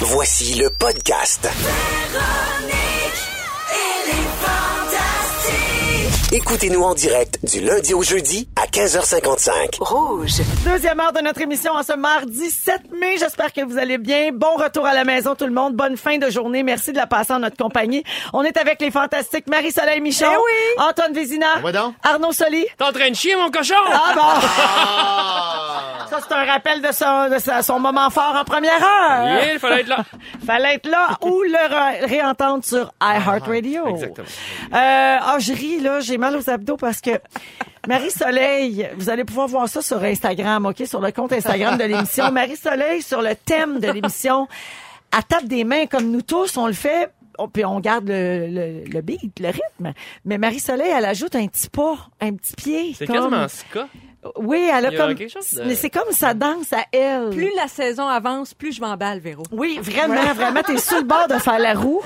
Voici le podcast. Écoutez-nous en direct du lundi au jeudi à 15h55. Rouge. Deuxième heure de notre émission en ce mardi 7 mai. J'espère que vous allez bien. Bon retour à la maison tout le monde. Bonne fin de journée. Merci de la passer en notre compagnie. On est avec les fantastiques Marie-Soleil Michon, Antoine Vézina, Arnaud Soli. T'es en train de chier, mon cochon? Ah bon! Ça, c'est un rappel de son moment fort en première heure. Il fallait être là. Fallait être là ou le réentendre sur iHeartRadio. Exactement. Je ris, là. J'ai mal aux abdos parce que Marie-Soleil, vous allez pouvoir voir ça sur Instagram, OK? Sur le compte Instagram de l'émission. Marie-Soleil, sur le thème de l'émission, elle tape des mains comme nous tous, on le fait. Puis on garde le beat, le rythme. Mais Marie-Soleil, elle ajoute un petit pas, un petit pied. C'est comme... quasiment ska. Oui, elle a Il y a comme... quelque chose de... Mais c'est comme sa danse à elle. Plus la saison avance, plus je m'emballe, Véro. Oui, vraiment, t'es sur le bord de faire la roue.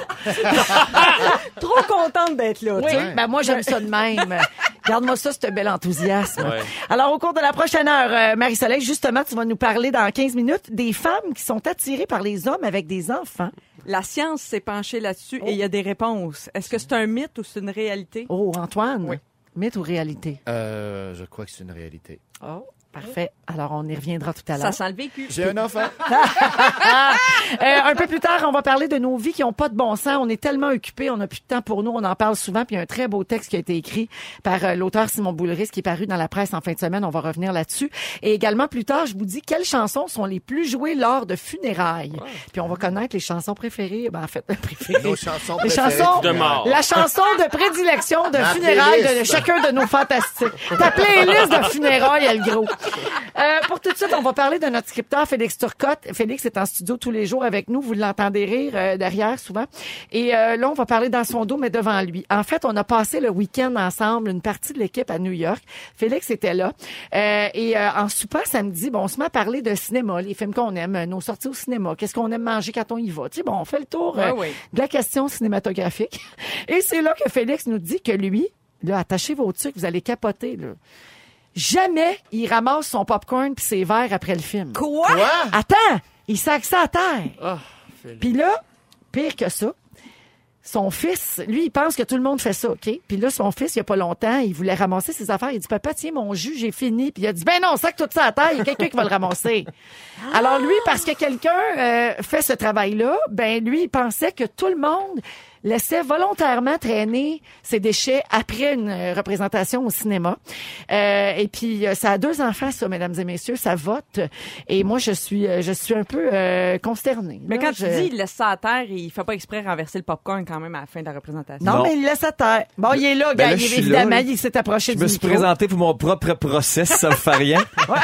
Trop contente d'être là. Oui, ben moi, j'aime ça de même. Garde-moi ça, ce bel enthousiasme. Ouais. Alors, au cours de la prochaine heure, Marie-Soleil, justement, tu vas nous parler dans 15 minutes des femmes qui sont attirées par les hommes avec des enfants. La science s'est penchée là-dessus et il y a des réponses. Est-ce que c'est un mythe ou c'est une réalité? Oh, Antoine. Oui. Mythe ou réalité? Je crois que c'est une réalité. Oh, parfait. Alors, on y reviendra tout à l'heure. Ça sent le vécu. J'ai un enfant. Un peu plus tard, on va parler de nos vies qui ont pas de bon sens. On est tellement occupés, on n'a plus de temps pour nous. On en parle souvent. Puis il y a un très beau texte qui a été écrit par l'auteur Simon Boulris qui est paru dans la presse en fin de semaine. On va revenir là-dessus. Et également, plus tard, je vous dis quelles chansons sont les plus jouées lors de funérailles. Oh. Puis on va connaître les chansons préférées. Ben, en fait, préférées. Nos chansons les préférées. chansons de mort. La chanson de prédilection de Ma funérailles de playlist. chacun de nos fantastiques. Ta playlist de funérailles, elle gros. Pour tout de suite, on va parler de notre scripteur Félix Turcotte. Félix est en studio tous les jours avec nous. Vous l'entendez rire derrière souvent. Et là, on va parler dans son dos, mais devant lui. En fait, on a passé le week-end ensemble, une partie de l'équipe à New York. Félix était là. En soupant samedi, on se met à parler de cinéma, les films qu'on aime, nos sorties au cinéma, qu'est-ce qu'on aime manger quand on y va. Tu sais, on fait le tour de la question cinématographique. Et c'est là que Félix nous dit que lui, là, attachez vos trucs, vous allez capoter, là. Jamais il ramasse son popcorn puis ses verres après le film. Quoi? Attends, il sac ça à terre. Oh, Puis là, pire que ça, son fils, lui, il pense que tout le monde fait ça, OK? Puis là, son fils, il y a pas longtemps, il voulait ramasser ses affaires. Il dit, papa, tiens, mon jus, j'ai fini. Puis il a dit, ben non, sac tout ça à terre, il y a quelqu'un qui va le ramasser. Alors lui, parce que quelqu'un fait ce travail-là, ben lui, il pensait que tout le monde laissait volontairement traîner ses déchets après une représentation au cinéma. Et puis, ça a 2 enfants, ça, mesdames et messieurs, ça vote. Et moi, je suis un peu consternée. Mais là, quand tu dis il laisse ça à terre, il fait pas exprès renverser le popcorn quand même à la fin de la représentation. Non, Non. mais il laisse à terre. Bon, il est là, Ben gars, là, je suis évidemment, là. il s'est approché Je du me suis micro. présenté pour mon propre procès, ça me fait rien.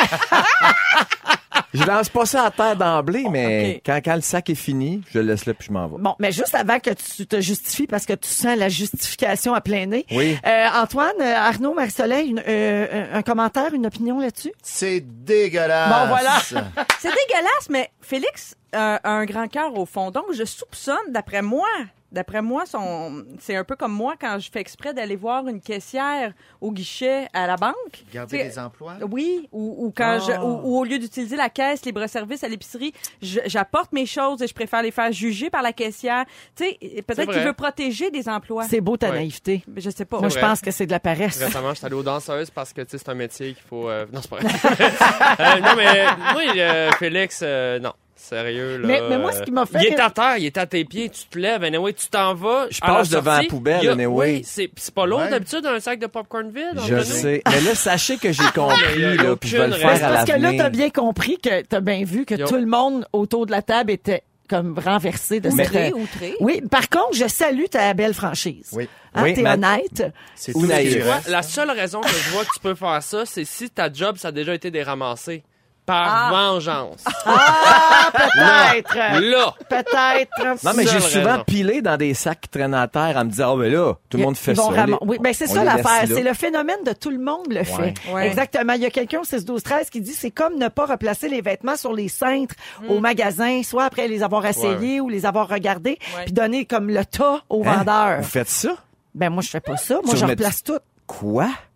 Je lance pas ça à terre d'emblée, mais Ok. quand le sac est fini, je le laisse là puis je m'en vais. Bon, mais juste avant que tu te justifies, parce que tu sens la justification à plein nez. Oui. Antoine, Arnaud, Marie-Soleil, un commentaire, une opinion là-dessus? C'est dégueulasse. Bon, voilà. C'est dégueulasse, mais Félix a un grand cœur au fond. Donc, je soupçonne, d'après moi, c'est un peu comme moi quand je fais exprès d'aller voir une caissière au guichet à la banque. Garder Tu sais, des emplois. Oui, ou quand ou au lieu d'utiliser la caisse libre-service à l'épicerie, j'apporte mes choses et je préfère les faire juger par la caissière. Tu sais, peut-être vrai. qu'il veut protéger des emplois. C'est beau ta Ouais. naïveté. Je sais pas. Moi, C'est je vrai. pense que c'est de la paresse. Récemment, je suis allé aux danseuses parce que, tu sais, c'est un métier qu'il faut... Non, c'est pas vrai. Non, mais moi, Félix, non. Sérieux, là. Mais moi, ce qui m'a fait... Il est à terre, il est à tes pieds, tu te lèves, anyway, tu t'en vas. Je à la passe devant sortie, la poubelle, il y a- anyway. Oui, c'est pas lourd Ouais. d'habitude, un sac de popcorn vide. Je entre nous. sais. Mais là, sachez que j'ai il y compris, a là, puis je vais le aucune faire C'est à parce que là, l'avenir. t'as bien compris que t'as bien vu que Yo. tout le monde autour de la table était comme renversé de cette... Outré. Oui, par contre, je salue ta belle franchise. Oui. Hein, Oui, t'es ma- honnête. C'est Ou tout ce naïf. qui Tu vois, reste. la seule raison que je vois que tu peux faire ça, c'est si ta job, ça a déjà été déramassé. Par vengeance. Ah, peut-être. Là! Peut-être. Non, mais j'ai Seule souvent raison. pilé dans des sacs qui traînent à terre en me disant, mais là, tout le monde fait Ils vont ça. Oui, ben c'est on ça les laisse l'affaire. là. C'est le phénomène de tout le monde le fait. Ouais. Exactement. Il y a quelqu'un au 6-12-13 qui dit c'est comme ne pas replacer les vêtements sur les cintres au magasin, soit après les avoir essayés ou les avoir regardés, puis donner comme le tas au Hein? vendeur. Vous faites ça? Ben moi, je fais pas ça. Moi, Tu je remets- replace tout. Quoi?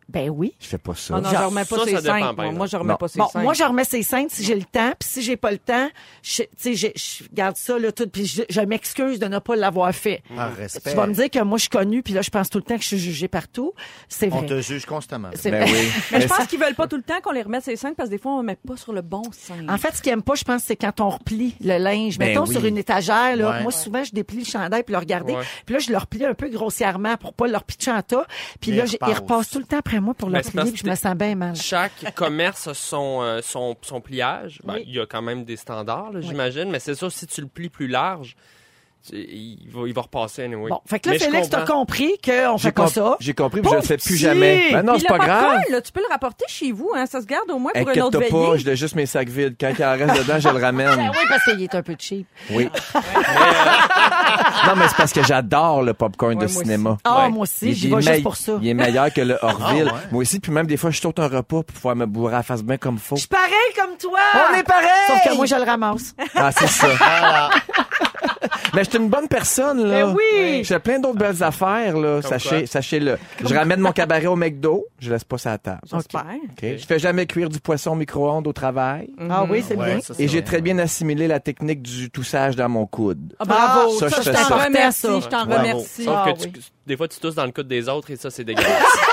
Ben oui. Je fais pas ça. Oh non, je remets pas ça ses dépend, cinq. par Moi, exemple. je remets Non. pas ses Bon, cinq. moi, je remets ces 5 si j'ai le temps. Puis si j'ai pas le temps, je garde ça, là, tout. Puis je m'excuse de ne pas l'avoir fait. Par respect. Tu vas me dire que moi, je suis connue, puis là, je pense tout le temps que je suis jugée partout. C'est On vrai. te juge constamment. C'est Ben vrai. oui. Mais je pense qu'ils veulent pas tout le temps qu'on les remette ses cinq parce que des fois, on met pas sur le bon cinq. En fait, ce qu'ils aiment pas, je pense, c'est quand on replie le linge. Ben Mettons oui. sur une étagère, là. Ouais. Moi, souvent, je déplie le chandail puis le regarder. Ouais. Puis là, je le replie un peu grossièrement pour pas le repitcher en tas. Puis Mais là, il ils repasse. repassent tout le temps après moi pour le Ben, c'est replier, parce puis je me sens bien mal. Chaque commerce a son pliage. Ben, Oui. il y a quand même des standards, là, j'imagine, mais c'est sûr, si tu le plies plus large, il va repasser anyway. Bon, fait que là, Mais je Félix, t'as comprends. compris qu'on fait pas ça. J'ai compris, puis je le fais plus Pauvre jamais. petit! Ben non, Puis c'est le pas grave. popcorn, là, tu peux le rapporter chez vous, hein. Ça se garde au moins pour une autre Inquiète-toi veillée. pas, je laisse juste mes sacs vides. Quand il en reste dedans, je le ramène. Ben oui, parce qu'il est un peu cheap. Oui. Non, mais c'est parce que j'adore le popcorn Ouais, de moi cinéma. Ah, Ouais. moi aussi, Il j'y est vais meille- juste pour ça. Il est meilleur que le Orville. Ah, ouais. Moi aussi, puis même des fois, je saute un repas pour pouvoir me bourrer à la face bien comme faut. Je suis pareil comme toi! On est pareil! Sauf que moi, je le ramasse. Ah, c'est ça. Voilà. Mais je suis une bonne personne, là. Ben oui! Je fais plein d'autres belles affaires, là. Comme Sachez-le. Je ramène mon cabaret au McDo. Je laisse pas ça à table. J'espère. OK? Je fais jamais cuire du poisson au micro-ondes au travail. Ah oui, c'est Ouais, bien. ça, c'est Et j'ai vrai. très bien assimilé la technique du toussage dans mon coude. Ah, bravo. ça, je je fais t'en ça. remercie. Ça. Je t'en Bravo. remercie. Sauf Ah, que oui. des fois, tu tousses dans le coude des autres et ça, c'est dégueulasse.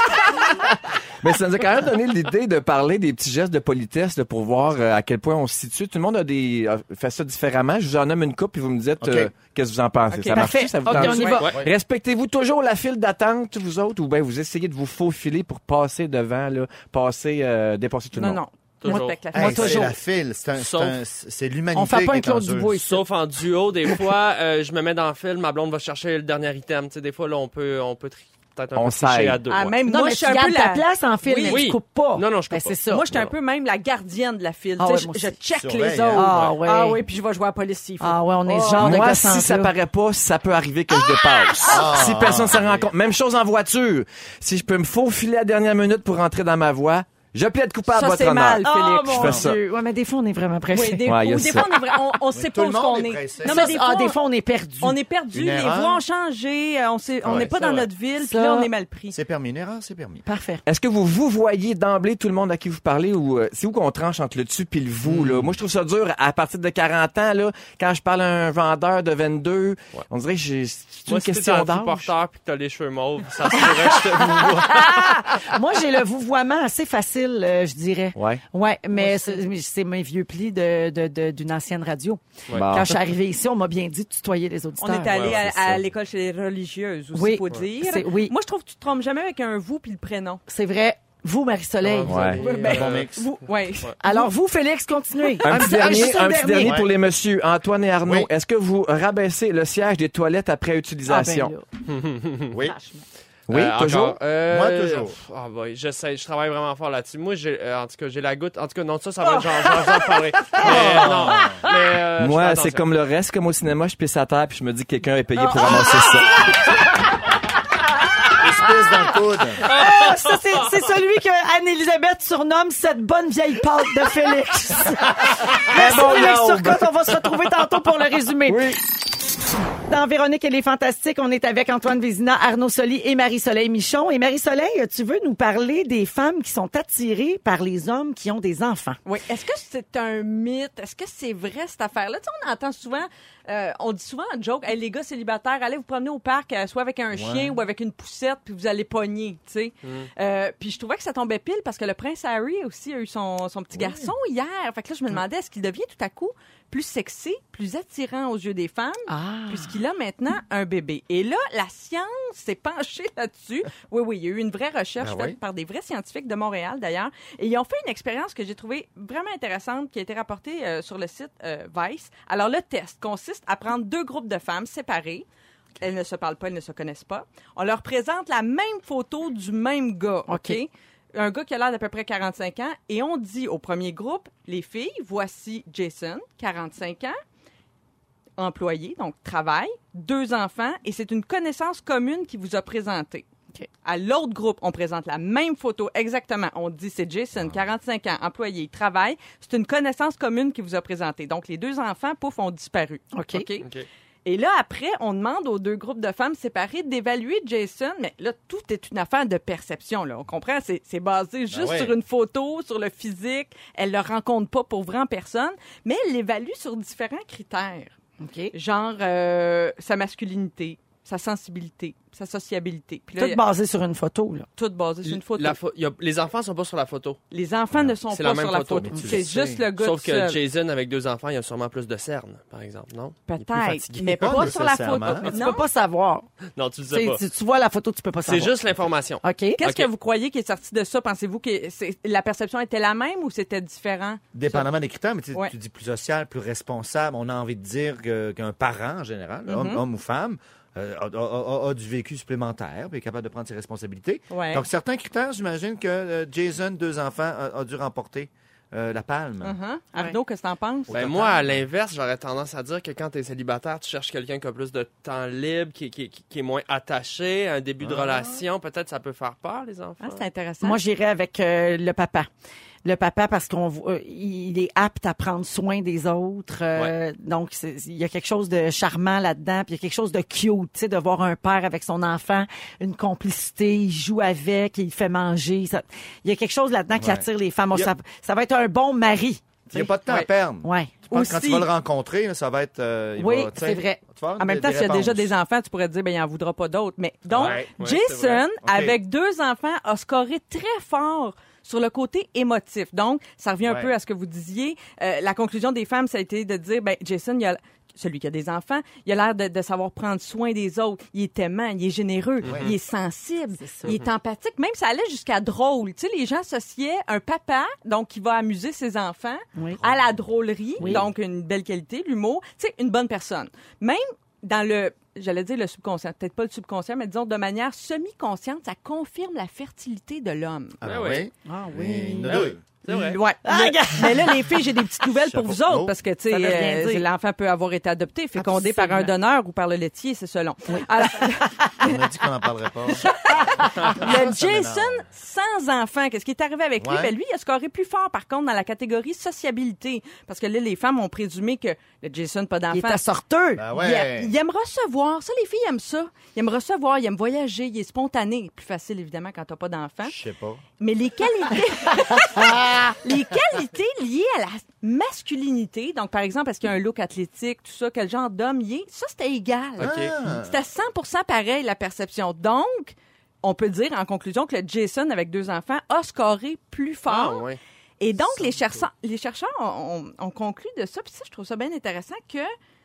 Mais ça nous a quand même donné l'idée de parler des petits gestes de politesse là, pour voir à quel point on se situe. Tout le monde a fait ça différemment. Je vous en nomme une coupe et vous me dites OK. qu'est-ce que vous en pensez. OK. Ça marche Parfait. ça vous OK, tente? on y va. Ouais. Respectez-vous toujours la file d'attente, vous autres, ou bien vous essayez de vous faufiler pour passer devant, là, dépasser tout le Non, monde? non. Toujours. Moi, avec la Hey, c'est toujours. la file. Sauf- C'est l'humanité. On fait pas qui un est en Claude jeu. Dubois ici. Sauf en duo, des fois, je me mets dans le film, ma blonde va chercher le dernier item. Tu sais, des fois, là, on peut peut-être un On peu tricher s'aide. à deux. Ah, ouais. même Non, moi, mais je suis tu un peu gardes ta la... place en file, Oui. mais Oui. tu coupes pas. Non, non, je Ben, coupe pas. c'est ça. Moi, je suis un peu même la gardienne de la file. Ah Tu ouais, sais, moi je aussi. check Surveille, les hein. autres. Ah ouais. Ah oui, puis je vais jouer à la police s'il faut. Ah ouais, on est ce Oh. genre de Moi, gossante, si ça là. paraît pas, ça peut arriver que je dépasse. Si personne ne s'en rend compte. Même chose en voiture. Si je peux me faufiler à la dernière minute pour rentrer dans ma voie, je plaide coupable Ça, à votre c'est honneur. mal, Oh, Félix. mon Je fais ça. Dieu. Ouais, mais des fois, on est vraiment pressé. Oui, des, Ouais, il y a ou des ça. fois, on sait tout pas le où monde on est est. pressé. Non, Ça, mais des fois, des fois, on est perdu. on est perdu, Une les erreur. voies ont changé, on n'est Ouais, pas c'est dans vrai. notre ville, puis Ça- là, on est mal pris. C'est permis. Une erreur, c'est permis. Parfait. Est-ce que vous voyez d'emblée tout le monde à qui vous parlez ou c'est où qu'on tranche entre le tu puis le vous là? Moi je trouve ça dur à partir de 40 ans là, quand je parle à un vendeur de 22, on dirait que c'est Moi, une si t'es question un d'âge. porteur puis que t'as les cheveux mauves, ça se pourrait que je te vois. Moi, j'ai le vouvoiement assez facile, je dirais. Ouais. Ouais, mais c'est mes vieux plis d'une ancienne radio. Ouais. Bon. Quand je suis arrivée ici, on m'a bien dit de tutoyer les auditeurs. On est allé Ouais, à, c'est ça. à l'école chez les religieuses aussi, Oui. faut dire. Oui. Moi, je trouve que tu te trompes jamais avec un vous puis le prénom. C'est vrai. Vous, Marie-Soleil. Ah, Ouais. vous avez, Ben, Bon mix. Vous, ouais. Alors, vous, Félix, continuez. Un petit dernier, juste un petit dernier Ouais. pour les messieurs Antoine et Arnaud. Oui. Est-ce que vous rabaissez le siège des toilettes après Ah, ben utilisation? là, Oui. franchement. Oui, toujours. Encore, Moi, toujours. Ah, boy, j'essaie, je travaille vraiment fort là-dessus. Moi, en tout cas, j'ai la goutte. En tout cas, non, ça va être j'en parlerai. Mais, non. Mais, je Moi, fais c'est attention. comme le reste, comme au cinéma, je pisse à terre puis je me dis que quelqu'un est payé pour ramasser ça. Espèce dans le coude. Ah, ça, c'est celui que Anne-Élisabeth surnomme cette bonne vieille pâte de Félix. Merci, bon Félix l'aube. Turcotte. On va se retrouver tantôt pour le résumé. Oui. Dans Véronique, elle est fantastique. On est avec Antoine Vézina, Arnaud Soli et Marie-Soleil Michon. Et Marie-Soleil, tu veux nous parler des femmes qui sont attirées par les hommes qui ont des enfants. Oui. Est-ce que c'est un mythe? Est-ce que c'est vrai, cette affaire-là? Tu sais, on entend souvent, on dit souvent en joke, hey, les gars célibataires, allez vous promener au parc, soit avec un chien ou avec une poussette, puis vous allez pogner, tu sais. Puis je trouvais que ça tombait pile parce que le prince Harry aussi a eu son petit garçon hier. Fait que là, je me demandais, est-ce qu'il devient tout à coup plus sexy, plus attirant aux yeux des femmes, puisqu'il a maintenant un bébé. Et là, la science s'est penchée là-dessus. Oui, il y a eu une vraie recherche faite par des vrais scientifiques de Montréal, d'ailleurs. Et ils ont fait une expérience que j'ai trouvée vraiment intéressante, qui a été rapportée sur le site Vice. Alors, le test consiste à prendre 2 groupes de femmes séparés. Elles ne se parlent pas, elles ne se connaissent pas. On leur présente la même photo du même gars, OK? Un gars qui a l'air d'à peu près 45 ans. Et on dit au premier groupe, les filles, voici Jason, 45 ans, employé, donc travail, 2 enfants, et c'est une connaissance commune qui vous a présenté. OK. À l'autre groupe, on présente la même photo exactement. On dit c'est Jason, 45 ans, employé, travail. C'est une connaissance commune qui vous a présenté. Donc, les 2 enfants, pouf, ont disparu. OK. OK. Et là, après, on demande aux deux groupes de femmes séparés d'évaluer Jason. Mais là, tout est une affaire de perception. Là. On comprend? C'est basé juste ouais. sur une photo, sur le physique. Elle le rencontre pas pour vrai en personne, mais elle l'évalue sur différents critères. OK. Genre sa masculinité, sa sensibilité, sa sociabilité. Puis là, Tout basé sur une photo, là. tout basé sur une photo. Les enfants sont pas sur la photo. Les enfants ne sont C'est pas la même sur la photo. photo. Mais tu C'est le sais. juste le gars Sauf tout que seul. Jason, avec 2 enfants, il a sûrement plus de cernes, par exemple, non? Il est plus Peut-être, fatigué. mais Pas pas sur la photo. nécessairement. Mais tu Non. peux pas savoir. Non, tu le sais pas. Tu vois la photo, tu peux pas C'est savoir. juste l'information. OK. Qu'est-ce Ok. que vous croyez qui est sorti de ça? Pensez-vous que la perception était la même ou c'était différent? Dépendamment des critères, mais Ouais. tu dis plus social, plus responsable. On a envie de dire qu'un parent, en général, homme ou femme, a du vécu supplémentaire puis est capable de prendre ses responsabilités. Ouais. Donc, certains critères, j'imagine que Jason, 2 enfants, a dû remporter la palme. Arnaud, qu'est-ce que t'en penses? Ben moi, à l'inverse, j'aurais tendance à dire que quand tu es célibataire, tu cherches quelqu'un qui a plus de temps libre, qui est moins attaché, un début de relation. Peut-être ça peut faire peur, les enfants. Ah, c'est intéressant. Moi, j'irais avec le papa. Le papa, parce il est apte à prendre soin des autres. Donc, il y a quelque chose de charmant là-dedans. Puis il y a quelque chose de cute, tu sais, de voir un père avec son enfant, une complicité, il joue avec, il fait manger. Il y a quelque chose là-dedans qui Ouais. attire les femmes. Il y a- Ça va être un bon mari. Il n'y a pas de temps à Ouais. perdre. Ouais. Je pense que quand Aussi- tu vas le rencontrer, là, ça va être... il Oui, va, tu sais, c'est vrai. tu vas avoir En même des temps, s'il y a réponses. déjà des enfants, tu pourrais te dire, ben, il n'en voudra pas d'autres. Mais donc, Ouais, c'est vrai. Jason, OK. avec 2 enfants, a scoré très fort sur le côté émotif. Donc, ça revient un Ouais. peu à ce que vous disiez. La conclusion des femmes, ça a été de dire, ben, Jason, celui qui a des enfants, il a l'air de savoir prendre soin des autres. Il est aimant, il est généreux, il est sensible, il est empathique. Même ça allait jusqu'à drôle. Tu sais, les gens associaient un papa, donc qui va amuser ses enfants, Oui. à la drôlerie, Oui. donc une belle qualité, l'humour. Tu sais, une bonne personne. Même dans j'allais dire le subconscient, peut-être pas le subconscient, mais disons de manière semi-consciente, ça confirme la fertilité de l'homme. Ah, Ben ben oui. oui. Ah Mais Ben oui. C'est vrai. Ouais. Mais là, les filles, j'ai des petites nouvelles pour Chapeau. vous autres, Oh. parce que, tu Ça veut rien sais, dire. l'enfant peut avoir été adopté, fécondé par un Absolument. donneur ou par le laitier, c'est selon. Alors, On a dit qu'on n'en parlerait pas. le ça Jason m'énerve. sans enfant, qu'est-ce qui est arrivé avec lui? Ouais. Ben, lui, il a scoré plus fort, par contre, dans la catégorie sociabilité. Parce que là, les femmes ont présumé que le Jason, pas Il est d'enfant. assorteux. Ben Il, ouais. il aime recevoir. Ça, les filles aiment ça. Il aime recevoir, il aime voyager, il est spontané. Plus facile, évidemment, quand t'as pas d'enfant. Je sais pas. Mais les qualités, les qualités liées à la masculinité, donc par exemple, est-ce qu'il y a un look athlétique, tout ça, quel genre d'homme il est, ça c'était égal. OK. Ah. C'était 100% pareil, la perception. Donc, on peut dire en conclusion que le Jason, avec 2 enfants, a scoré plus Ah, fort. ouais. Et donc, les chercheurs ont conclu de ça, puis ça, je trouve ça bien intéressant, que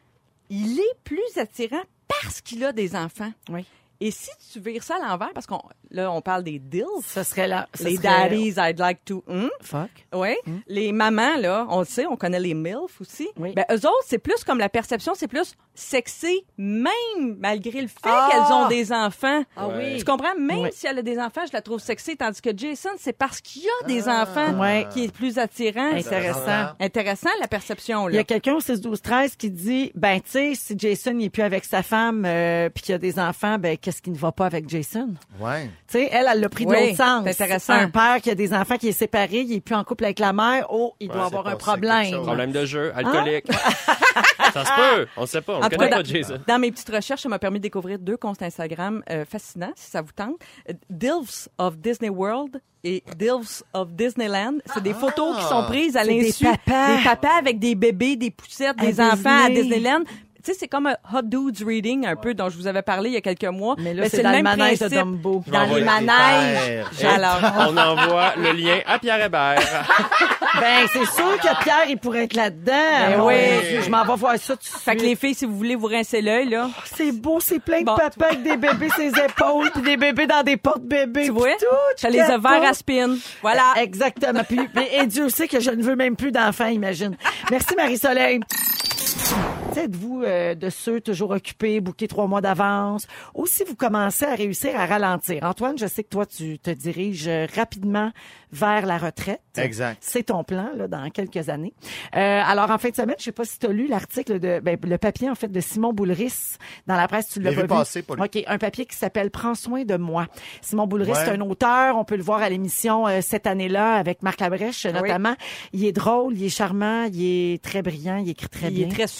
il est plus attirant parce qu'il a des enfants. Oui. Et si tu vires ça à l'envers, parce qu'on là, on parle des dills, Ce serait là. les daddies, I'd like to... Fuck. Oui. Les mamans, là, on le sait, on connaît les MILF aussi. Oui. Ben, eux autres, c'est plus comme la perception, c'est plus sexy, même malgré le fait Ah! qu'elles ont des enfants. Ah oui. Tu comprends? Même Oui. si elle a des enfants, je la trouve sexy, tandis que Jason, c'est parce qu'il y a des enfants Ouais. qui est plus attirant. Intéressant. Intéressant, la perception, Il y là. a quelqu'un au 6-12-13 qui dit, ben, tu sais, si Jason n'est plus avec sa femme puis qu'il y a des enfants, ben, qu'est-ce qui ne va pas avec Jason? Ouais. Tu sais, elle l'a pris de Oui, l'autre sens. c'est intéressant. Un père qui a des enfants qui est séparé, il est plus en couple avec la mère, oh, il doit Ouais, avoir c'est un passé quelque problème. chose. Problème de jeu, alcoolique. Ah! Ça se peut. On sait pas. On En ne tout connaît cas, pas Jason. dans mes petites recherches, ça m'a permis de découvrir 2 comptes Instagram fascinants, si ça vous tente. Dilfs of Disney World et Dilfs of Disneyland. C'est des photos qui sont prises à C'est des l'insu papas. des papas avec des bébés, des poussettes, des À enfants à Disney. Disneyland. Tu sais, c'est comme un Hot Dudes Reading, un peu, dont je vous avais parlé il y a quelques mois. Mais là, Ben, c'est dans le manège de principe. Dumbo. Dans les Ouais, manèges. les Alors, On envoie le lien à Pierre Hébert. Ben, c'est sûr que Pierre, il pourrait être là-dedans. Ben Mon oui. Dieu, je m'en vais voir ça tout de suite. fait que les filles, si vous voulez vous rincer l'œil, là, C'est beau, c'est plein de Bon. papas avec des bébés sur les épaules, puis des bébés dans des portes-bébés. tu vois, puis tout, ça les a verts à spin. Voilà. Exactement. Et Dieu sait que je ne veux même plus d'enfants, imagine. Merci, Marie-Soleil. Êtes-vous de ceux toujours occupés, bookés 3 mois d'avance, ou si vous commencez à réussir à ralentir? Antoine, je sais que toi, tu te diriges rapidement vers la retraite. Exact. C'est ton plan là, dans quelques années. Alors, en fin de semaine, je sais pas si tu as lu l'article le papier, en fait, de Simon Boulris dans la presse. Tu l'as J'ai pas vu passer, pas lu. OK, un papier qui s'appelle « Prends soin de moi ». Simon Boulris, Ouais. c'est un auteur. On peut le voir à l'émission cette année-là avec Marc Labrèche, notamment. Il est drôle, il est charmant, il est très brillant, il écrit très Il bien. est très souple, il est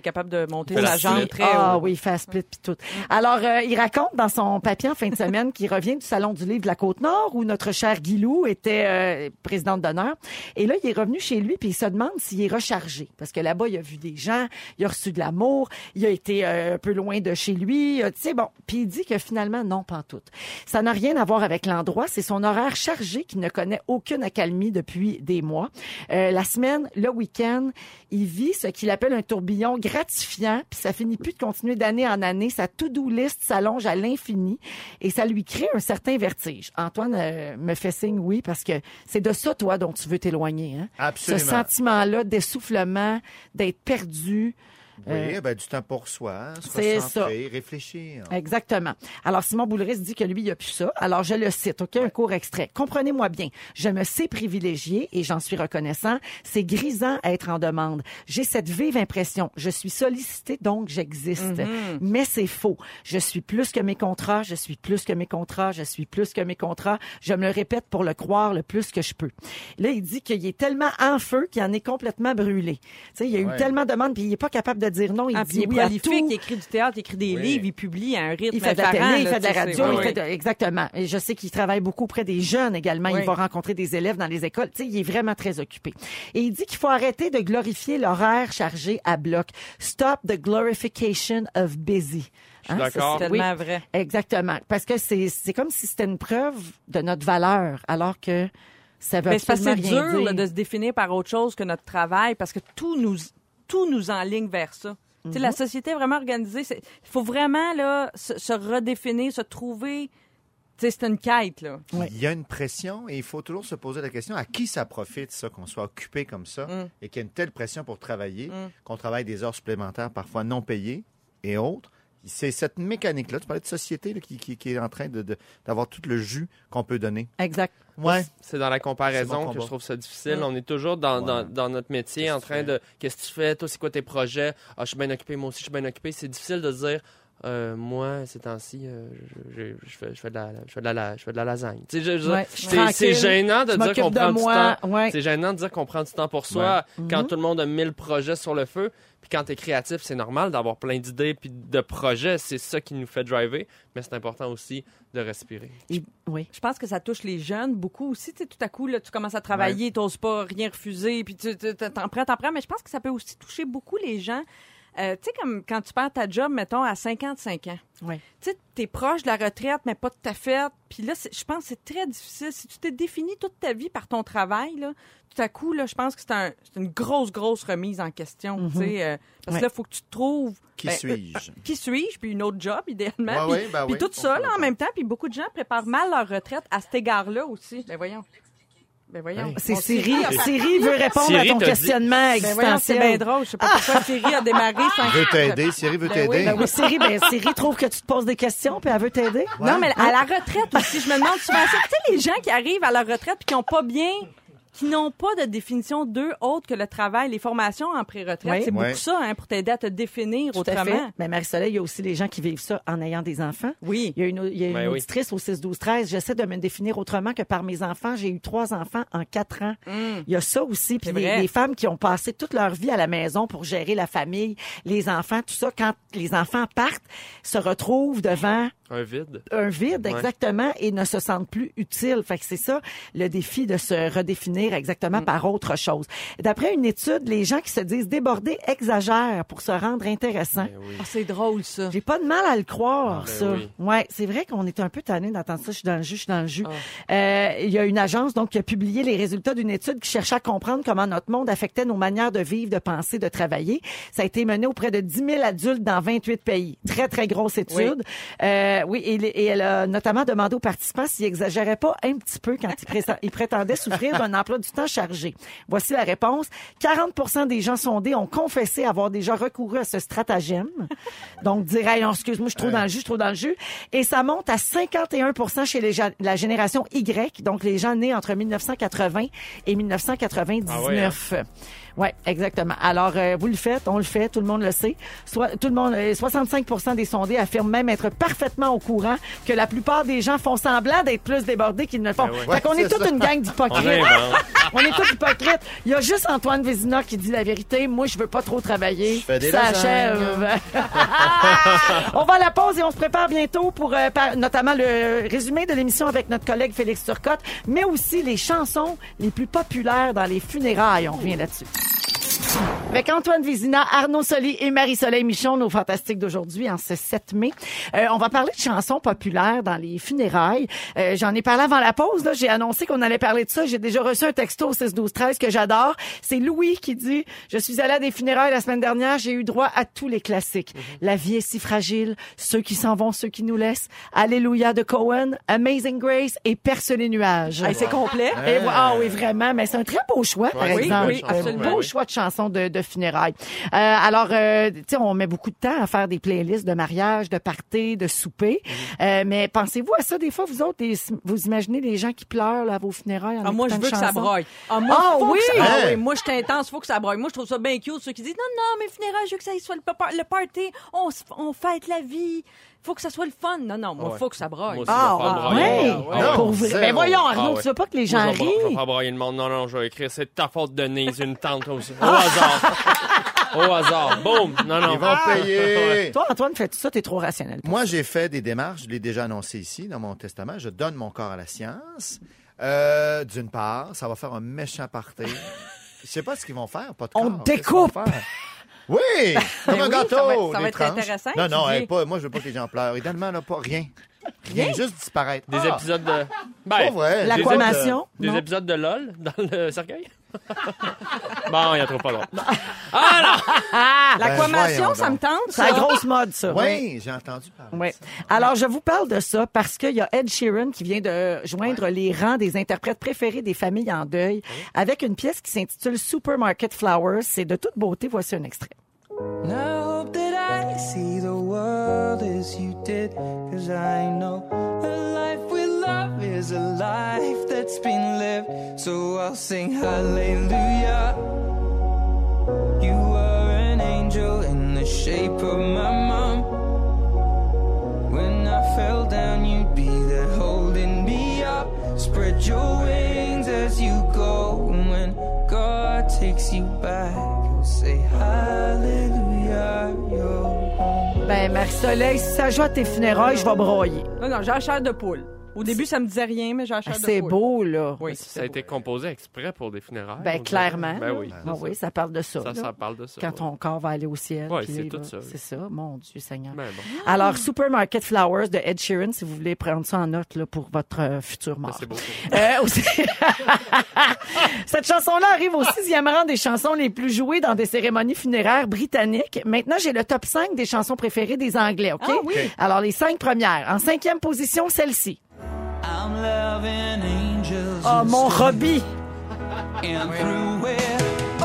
capable de monter Fait sa la jambe split. très Ah haut. oui, il fait un split puis tout. Alors, il raconte dans son papier en fin de semaine qu'il revient du Salon du livre de la Côte-Nord où notre cher Guilou était présidente d'honneur. Et là, il est revenu chez lui puis il se demande s'il est rechargé. Parce que là-bas, il a vu des gens, il a reçu de l'amour, il a été un peu loin de chez lui. Tu sais, bon. Puis il dit que finalement, non, pas en tout. Ça n'a rien à voir avec l'endroit. C'est son horaire chargé qui ne connaît aucune accalmie depuis des mois. La semaine, le week-end, il vit ce qu'il appelle un tourbillon gratifiant, puis ça finit plus de continuer d'année en année. Sa to-do list s'allonge à l'infini et ça lui crée un certain vertige. Antoine me fait signe oui, parce que c'est de ça, toi, dont tu veux t'éloigner. Hein? Absolument. Ce sentiment-là d'essoufflement, d'être perdu. Oui, ben, du temps pour soi, se c'est recentrer, réfléchir. Exactement. Alors, Simon Boulris dit que lui, il a plus ça. Alors, je le cite, OK? Un court extrait. Comprenez-moi bien. Je me sais privilégié et j'en suis reconnaissant. C'est grisant à être en demande. J'ai cette vive impression. Je suis sollicité, donc j'existe. Mais c'est faux. Je suis plus que mes contrats. Je suis plus que mes contrats. Je suis plus que mes contrats. Je me le répète pour le croire le plus que je peux. Là, il dit qu'il est tellement en feu qu'il en est complètement brûlé. Tu sais, il y a eu tellement de demandes puis il est pas capable de dire non. Il Puis dit il est oui à prolifique, tout. il écrit du théâtre, il écrit des livres, il publie à un rythme Il fait de la effarant, télé, il là, fait de la tu sais, radio, c'est- il oui. fait de- exactement. Et je sais qu'il travaille beaucoup auprès des jeunes également. Oui. Il va rencontrer des élèves dans les écoles. Tu sais, il est vraiment très occupé. Et il dit qu'il faut arrêter de glorifier l'horaire chargé à bloc. Stop the glorification of busy. Je suis d'accord. C'est Oui, tellement vrai. exactement. Parce que c'est comme si c'était une preuve de notre valeur, alors que ça veut Mais c'est parce que c'est absolument rien dur là, dire. de se définir par autre chose que notre travail, parce que tout nous enligne vers ça. Tu sais, la société est vraiment organisée. Il faut vraiment là, se redéfinir, se trouver. Tu sais, c'est une quête, là. Oui. Il y a une pression et il faut toujours se poser la question à qui ça profite, ça, qu'on soit occupé comme ça et qu'il y ait une telle pression pour travailler, qu'on travaille des heures supplémentaires, parfois non payées et autres. C'est cette mécanique-là, tu parlais de société là, qui est en train d'avoir tout le jus qu'on peut donner. Exact. Ouais. C'est dans la C'est comparaison mon que combat. je trouve ça difficile. On est toujours dans notre métier Qu'est-ce en que tu train fais? de qu'est-ce que tu fais, toi c'est quoi tes projets? Ah, je suis bien occupé, moi aussi je suis bien occupé. C'est difficile de se dire moi ces temps-ci je fais de la lasagne. Tu sais, Ouais, c'est tranquille, gênant de je dire m'occupe qu'on de prend du moi. temps. Ouais. C'est gênant de dire qu'on prend du temps pour soi quand tout le monde a 1000 projets sur le feu. Puis quand tu es créatif, c'est normal d'avoir plein d'idées puis de projets. C'est ça qui nous fait driver. Mais c'est important aussi de respirer. Oui. Je pense que ça touche les jeunes beaucoup aussi. Tu sais, tout à coup, là, tu commences à travailler, tu n'oses pas rien refuser, puis t'en prends. Mais je pense que ça peut aussi toucher beaucoup les gens. Tu sais, comme quand tu perds ta job, mettons, à 55 ans. Oui. Tu sais, t'es proche de la retraite, mais pas tout à fait. Puis là, je pense que c'est très difficile. Si tu t'es défini toute ta vie par ton travail, là, tout à coup, là, je pense que c'est une grosse remise en question. Tu sais, parce que là, il faut que tu te trouves... Qui suis-je? Qui suis-je? Puis une autre job, idéalement. Ouais, puis, oui, ben puis oui, tout ça, là, en on même temps. Puis beaucoup de gens préparent mal leur retraite à cet égard-là aussi. Ben voyons. C'est On- Siri. Siri veut répondre Siri à ton t'a dit- questionnement Ben voyons, c'est existentiel. bien drôle. Je sais pas pourquoi Siri a démarré sans... Veut t'aider, Siri veut Ben oui, t'aider. Ben oui, Siri trouve que tu te poses des questions puis elle veut t'aider. Non, mais à la retraite aussi, je me demande souvent ça. Tu sais, les gens qui arrivent à la retraite et qui n'ont pas bien... qui n'ont pas de définition d'eux autre que le travail, les formations en pré-retraite. Oui. C'est Ouais. beaucoup ça, hein, pour t'aider à te définir Tout à fait. autrement. Mais Marie-Soleil, il y a aussi les gens qui vivent ça en ayant des enfants. Oui. Il y a une Ben oui. auditrice au 6-12-13. J'essaie de me définir autrement que par mes enfants. J'ai eu 3 enfants en 4 ans. Il y a ça aussi. Puis C'est vrai. les femmes qui ont passé toute leur vie à la maison pour gérer la famille, les enfants, tout ça, quand les enfants partent, se retrouvent devant Un vide. un vide, Ouais. exactement, et ne se sentent plus utiles. Fait que c'est ça, le défi de se redéfinir exactement par autre chose. D'après une étude, les gens qui se disent débordés exagèrent pour se rendre intéressants. Ben oui. Ah, c'est drôle, ça. J'ai pas de mal à le croire, Ben ça. oui. Ouais, c'est vrai qu'on est un peu tanné d'entendre ça. Je suis dans le jus. Il y a une agence donc qui a publié les résultats d'une étude qui cherchait à comprendre comment notre monde affectait nos manières de vivre, de penser, de travailler. Ça a été mené auprès de 10 000 adultes dans 28 pays. Très, très grosse étude. Oui, et elle a notamment demandé aux participants s'ils exagéraient pas un petit peu quand ils prétendaient souffrir d'un emploi du temps chargé. Voici la réponse. 40% des gens sondés ont confessé avoir déjà recouru à ce stratagème. Donc, dire, hey, non, excuse-moi, je suis trop dans le jus. Et ça monte à 51% chez la génération Y, donc les gens nés entre 1980 et 1999. Oui, exactement. Alors, vous le faites, on le fait, tout le monde le sait. 65% des sondés affirment même être parfaitement au courant que la plupart des gens font semblant d'être plus débordés qu'ils ne le font. Ben ouais. Fait qu'on est toute une gang On d'hypocrites. invente. On est tous hypocrites. Il y a juste Antoine Vézina qui dit la vérité. Moi, je veux pas trop travailler. Je fais des Ça lasagnes. achève. On va à la pause et on se prépare bientôt pour notamment le résumé de l'émission avec notre collègue Félix Turcotte, mais aussi les chansons les plus populaires dans les funérailles. On revient là-dessus. Avec Antoine Vézina, Arnaud Soli et Marie-Soleil Michon, nos fantastiques d'aujourd'hui, en ce 7 mai. On va parler de chansons populaires dans les funérailles. J'en ai parlé avant la pause. Là, j'ai annoncé qu'on allait parler de ça. J'ai déjà reçu un texto au 6-12-13 que j'adore. C'est Louis qui dit « Je suis allé à des funérailles la semaine dernière. J'ai eu droit à tous les classiques. La vie est si fragile. Ceux qui s'en vont, ceux qui nous laissent. Alléluia de Cohen. Amazing Grace et Perce les nuages. Hey, c'est complet. Et ah oui, vraiment. Mais c'est un très beau choix, par Oui, exemple. oui, absolument. Un beau choix de chansons de funérailles. Alors, tu sais, on met beaucoup de temps à faire des playlists de mariage, de party, de souper. Mais pensez-vous à ça des fois, vous autres, vous imaginez les gens qui pleurent là, à vos funérailles en Moi, je écoutant veux que une ça chanson? broye. Faut oui? que ça- Hein? oui, moi, je suis intense, faut que ça broye. Moi, je trouve ça bien cute, ceux qui disent non, mes funérailles, je veux que ça soit le party, on fête la vie. Faut que ça soit le fun. Non, moi, faut que ça broye. Moi aussi, je vais faire broyer. ouais. Non, Pour vrai. zéro. Ben voyons, Arnaud, Ah ouais. tu veux pas que les gens Moi, je vais rient? faire broyer le monde. Non, je vais écrire. C'est de ta faute, Denise, une tante aussi. Au hasard. Au hasard. Boum. Non. Ils vont payer. Toi, Antoine, fais-tu ça? T'es trop rationnel. Moi, j'ai fait des démarches, je l'ai déjà annoncé ici dans mon testament. Je donne mon corps à la science. D'une part, ça va faire un méchant party. Je sais pas ce qu'ils vont faire, pas de corps. On Qu'est-ce qu'ils découpe. vont faire? Oui, comme un oui, gâteau. ça va des être tranches. intéressant, Non, tu dis. pas, moi, je veux pas que les gens pleurent. Idéalement, là, pas rien. Rien, juste disparaître. Des épisodes de... Pas vrai. L'aquamation? Des Non. épisodes de LOL dans le cercueil? Bon, il y a trop pas long. Ah non! L'aquamation, voyons ça donc. me tente, C'est la ça. grosse mode, ça. Oui, j'ai entendu parler. Oui. de ça. Alors, je vous parle de ça parce qu'il y a Ed Sheeran qui vient de joindre les rangs des interprètes préférés des familles en deuil avec une pièce qui s'intitule Supermarket Flowers. C'est de toute beauté. Voici un extrait. And I hope that I see the world as you did, 'cause I know a life with love is a life that's been lived. So I'll sing hallelujah. You were an angel in the shape of my mom. When I fell down, you'd be there holding me up. Spread your wings as you go. And when God takes you back, you'll say hallelujah, you're home. Ben, Marie-Soleil, si ça joue à tes funérailles, je vais broyer. Non, j'ai la chair de poule. Au début, ça me disait rien, mais j'ai la chair de poule. C'est beau, là. Oui. Ça a été composé exprès pour des funérailles. Ben, on clairement. dirait. Ben oui. Ah oui, ça parle de ça. Ça, là. ça parle de ça. Quand ton corps va aller au ciel. Ouais, puis c'est là, tout ça, oui. C'est ça, mon Dieu Seigneur. Ben bon. Alors, Supermarket Flowers de Ed Sheeran, si vous voulez prendre ça en note là, pour votre futur mort. C'est beau. Aussi... Cette chanson-là arrive au 6e rang des chansons les plus jouées dans des cérémonies funéraires britanniques. Maintenant, j'ai le top 5 des chansons préférées des Anglais, OK? Ah oui. Alors, les 5 premières. En 5e position, celle-ci. I'm loving angels Oh, mon Robbie. and through it.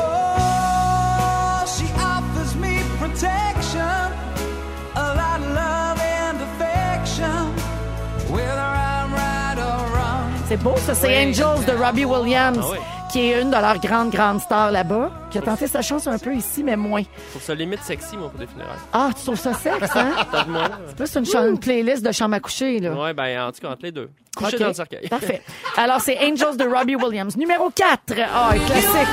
Oh, she offers me protection, a lot of love and affection, whether I'm right or wrong. C'est beau, ça. C'est Angels de Robbie Williams, Ah oui. qui est une de leurs grandes stars là-bas, qui a tenté sa chance un peu ici, mais moins. Je trouve ça limite sexy, moi, pour des funérailles. Ah, tu trouves ça sexe, hein? Peut-être moins. C'est plus une playlist de chambres à coucher, là. Ouais, ben, en tout cas, entre les deux. Coucher OK. dans le cercueil. Parfait. Alors, c'est Angels de Robbie Williams. Numéro 4. Ah, un classique.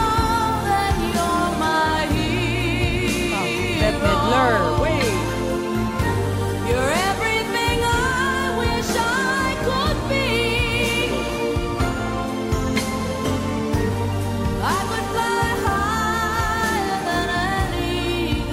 Bette Midler, oui. You're everything I wish I could be. I could fly higher than an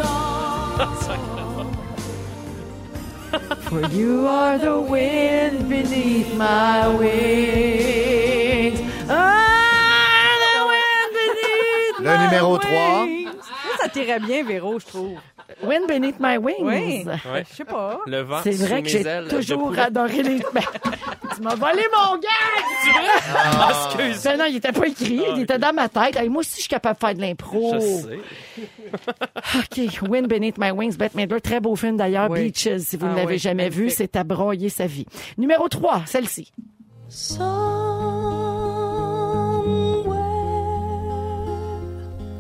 eagle. For you are the wind beneath my wings. Ah, the wind beneath Le my numéro wings. 3. Ça t'irait bien, Véro, je trouve. Wind beneath my wings. Oui. Ouais. Je sais pas. Le vent C'est vrai sous que mes j'ai ailes toujours de poulet. adoré les... Ben, tu m'as volé mon gag! Ah, excuse. Ben non, il était pas écrit, il était dans ma tête. Hey, moi aussi, je suis capable de faire de l'impro. Je sais. OK. Wind Beneath My Wings, Bette Midler. Très beau film d'ailleurs. Oui. Beaches, si vous ne Ah l'avez oui, jamais vu, magnifique. c'est à broyer sa vie. Numéro 3, celle-ci. Somewhere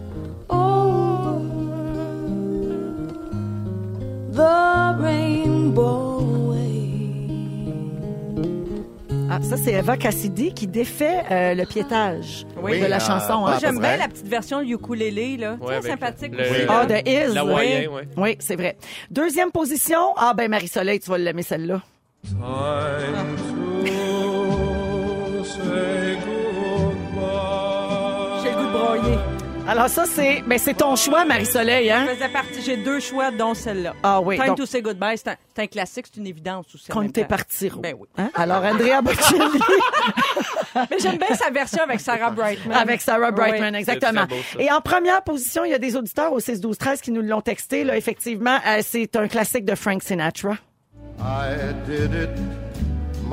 the rainbow way. Ah, ça, c'est Eva Cassidy qui défait le piétage Oui. de la chanson. Moi, Hein? j'aime vrai. bien la petite version ukulélé, là. Ouais, Très avec sympathique. le- aussi. Ah, de Is. La oui. moyenne, ouais. Oui, c'est vrai. Deuxième position. Ah, ben, Marie-Soleil, tu vas l'aimer, celle-là. Time to say goodbye. J'ai le goût de broyer. Alors, ça, c'est ton choix, Marie-Soleil, hein? J'ai 2 choix, dont celle-là. Ah, oui. Time donc, to say goodbye, c'est un classique, c'est une évidence aussi. en quand même t'es temps. parti, Ro. Ben oui. Hein? Alors, Andrea Bocelli Mais j'aime bien sa version avec Sarah Brightman. avec Sarah Brightman, Oui. exactement. C'est très beau, ça. Et en première position, il y a des auditeurs au 6-12-13 qui nous l'ont texté. Là, effectivement, c'est un classique de Frank Sinatra. I did it my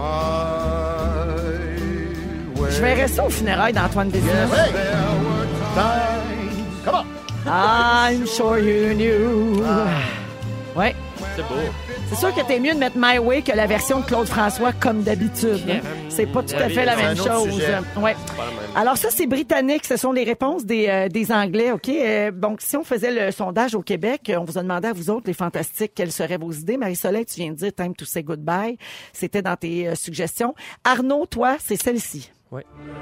way. Je verrais ça au funérailles d'Antoine Vézina. Hey! There were times. Come on! I'm sure you knew. Ouais. C'est beau. C'est sûr que t'es mieux de mettre My Way que la version de Claude François comme d'habitude. hein. C'est pas tout à fait la c'est même un autre chose. sujet. Ouais. Pas la même. Alors ça, c'est britannique. Ce sont les réponses des Anglais, OK? Donc, si on faisait le sondage au Québec, on vous a demandé à vous autres, les fantastiques, quelles seraient vos idées. Marie-Soleil, tu viens de dire Time to say goodbye. C'était dans tes suggestions. Arnaud, toi, c'est celle-ci. Oui.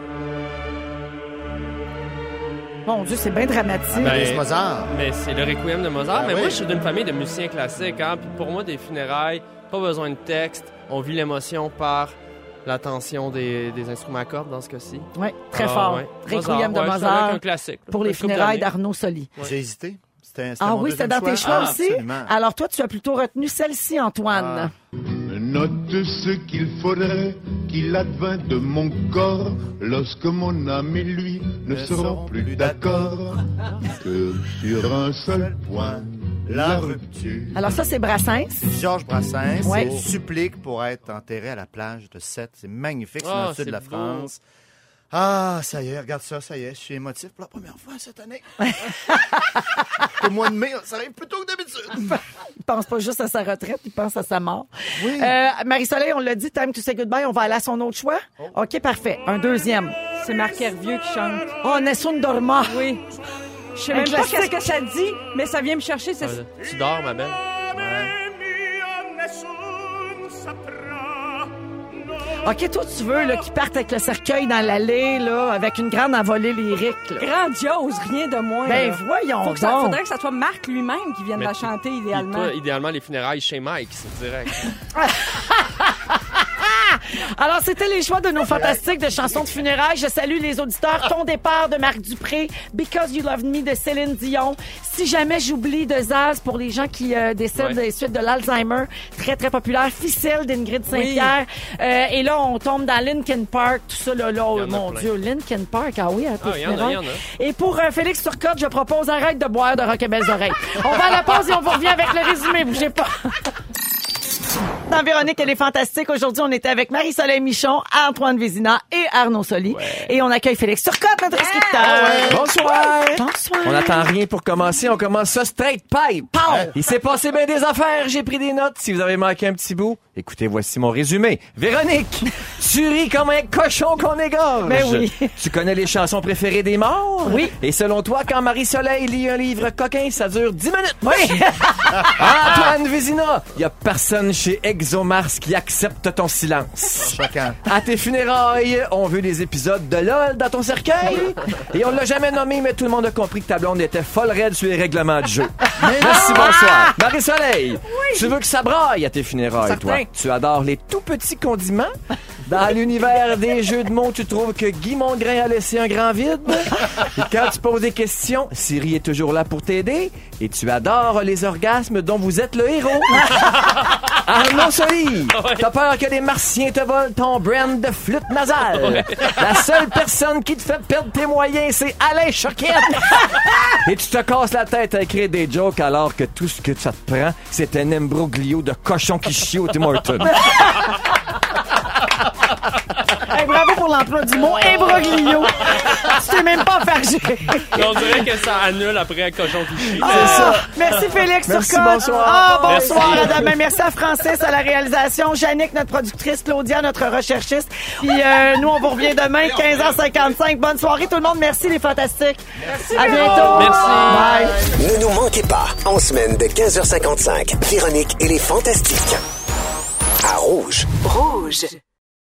Mon Dieu, c'est bien dramatique. Amadeus Mozart. Mais c'est le requiem de Mozart. Ben Mais oui. moi, je suis d'une famille de musiciens classiques. Hein? Puis pour moi, des funérailles, pas besoin de texte. On vit l'émotion par la tension des instruments à cordes dans ce cas-ci. Oui, très Ah, fort. ouais. Requiem de ouais, c'est Mozart un classique. pour les Une couple funérailles d'années. d'Arnaud Soli. J'ai hésité. C'était Ah mon oui, c'était deuxième dans tes choix Ah, aussi? absolument. Alors toi, tu as plutôt retenu celle-ci, Antoine. Note ce qu'il faudrait qu'il advint de mon corps lorsque mon âme et lui ne seront plus d'accord que sur un seul point, La rupture. Alors ça, c'est Brassens. Georges Brassens Ouais. supplique pour être enterré à la plage de Sète. C'est magnifique, c'est Ah, dans le sud c'est de la beau. France. Ah, ça y est, regarde ça, ça y est, je suis émotif pour la première fois cette année. Au mois de mai, ça arrive plus tôt que d'habitude. Il pense pas juste à sa retraite, il pense à sa mort. Oui. Marie-Soleil, on l'a dit, Time to say goodbye, on va aller à son autre choix? OK, parfait. Un deuxième. C'est Marc Hervieux qui chante. Oh, Nessun Dorma. Oui. Je sais Un même pas classique. qu'est-ce que ça dit, mais ça vient me chercher. C'est... Tu dors, ma belle. OK, toi, tu veux là, qu'il parte avec le cercueil dans l'allée, là, avec une grande envolée lyrique. Là. Grandiose, rien de moins. Ben, là. voyons Faut que ça, donc. faudrait que ça soit Marc lui-même qui vienne Mais la chanter, Puis idéalement. toi, idéalement, les funérailles chez Mike, c'est direct. Alors, c'était les choix de nos fantastiques de chansons de funérailles. Je salue les auditeurs. Ton départ de Marc Dupré, Because You Loved Me de Céline Dion. Si jamais j'oublie de Zaz pour les gens qui décèdent des suites de l'Alzheimer, très, très populaire. Ficelle d'Ingrid Saint-Pierre. Et là, on tombe dans Linkin Park, tout ça, là, Il y en a mon plein. Dieu, Linkin Park, ah oui, à tes Ah, il y en a, funérailles. il y en a. Et pour Félix Turcotte, je propose arrête de boire de Rock et Belles Oreilles. On va à la pause et on vous revient avec le résumé. Bougez pas. Dans Véronique, elle est fantastique. Aujourd'hui, on était avec Marie-Soleil Michon, Antoine Vézina et Arnaud Soli. Et on accueille Félix Turcotte, notre scripteur. Bonsoir! Bonsoir. On n'attend rien pour commencer. On commence ça straight pipe. Il s'est passé bien des affaires. J'ai pris des notes. Si vous avez manqué un petit bout, écoutez, voici mon résumé. Véronique, tu ris comme un cochon qu'on égorge. Ben oui. Tu connais les chansons préférées des morts? Oui. Et selon toi, quand Marie-Soleil lit un livre coquin, ça dure 10 minutes. Oui. Antoine Vézina, il y a personne chez ExoMars qui accepte ton silence. Choquant. À tes funérailles, on veut des épisodes de LOL dans ton cercueil. Et on l'a jamais nommé, mais tout le monde a compris que ta blonde était folle raide sur les règlements du jeu. Merci, bonsoir. Marie-Soleil, tu veux que ça braille à tes funérailles, Certain. toi? Tu adores les tout petits condiments? Dans l'univers des jeux de mots, tu trouves que Guy Mongrain a laissé un grand vide? Et quand tu poses des questions, Siri est toujours là pour t'aider. Et tu adores les orgasmes dont vous êtes le héros. Arnaud Soli, t'as peur que les martiens te volent ton brand de flûte nasale. La seule personne qui te fait perdre tes moyens, c'est Alain Choquette. Et tu te casses la tête à écrire des jokes alors que tout ce que ça te prend, c'est un imbroglio de cochon qui chie au Tim Hortons. Hey, bravo pour l'emploi du mot imbroglio. Tu t'ai même pas enfargé. On dirait que ça annule après un cochon qui chie. Merci Félix Merci, Turcotte. bonsoir. Bonsoir Merci. à demain. Merci à Francis à la réalisation, Jannick, notre productrice, Claudia, notre recherchiste. Puis nous, on vous revient demain, 15h55. Bonne soirée tout le monde. Merci les fantastiques. Merci. À bientôt. Merci. Bye. Ne nous manquez pas, en semaine de 15h55, Véronique et les Fantastiques. À Rouge. Rouge.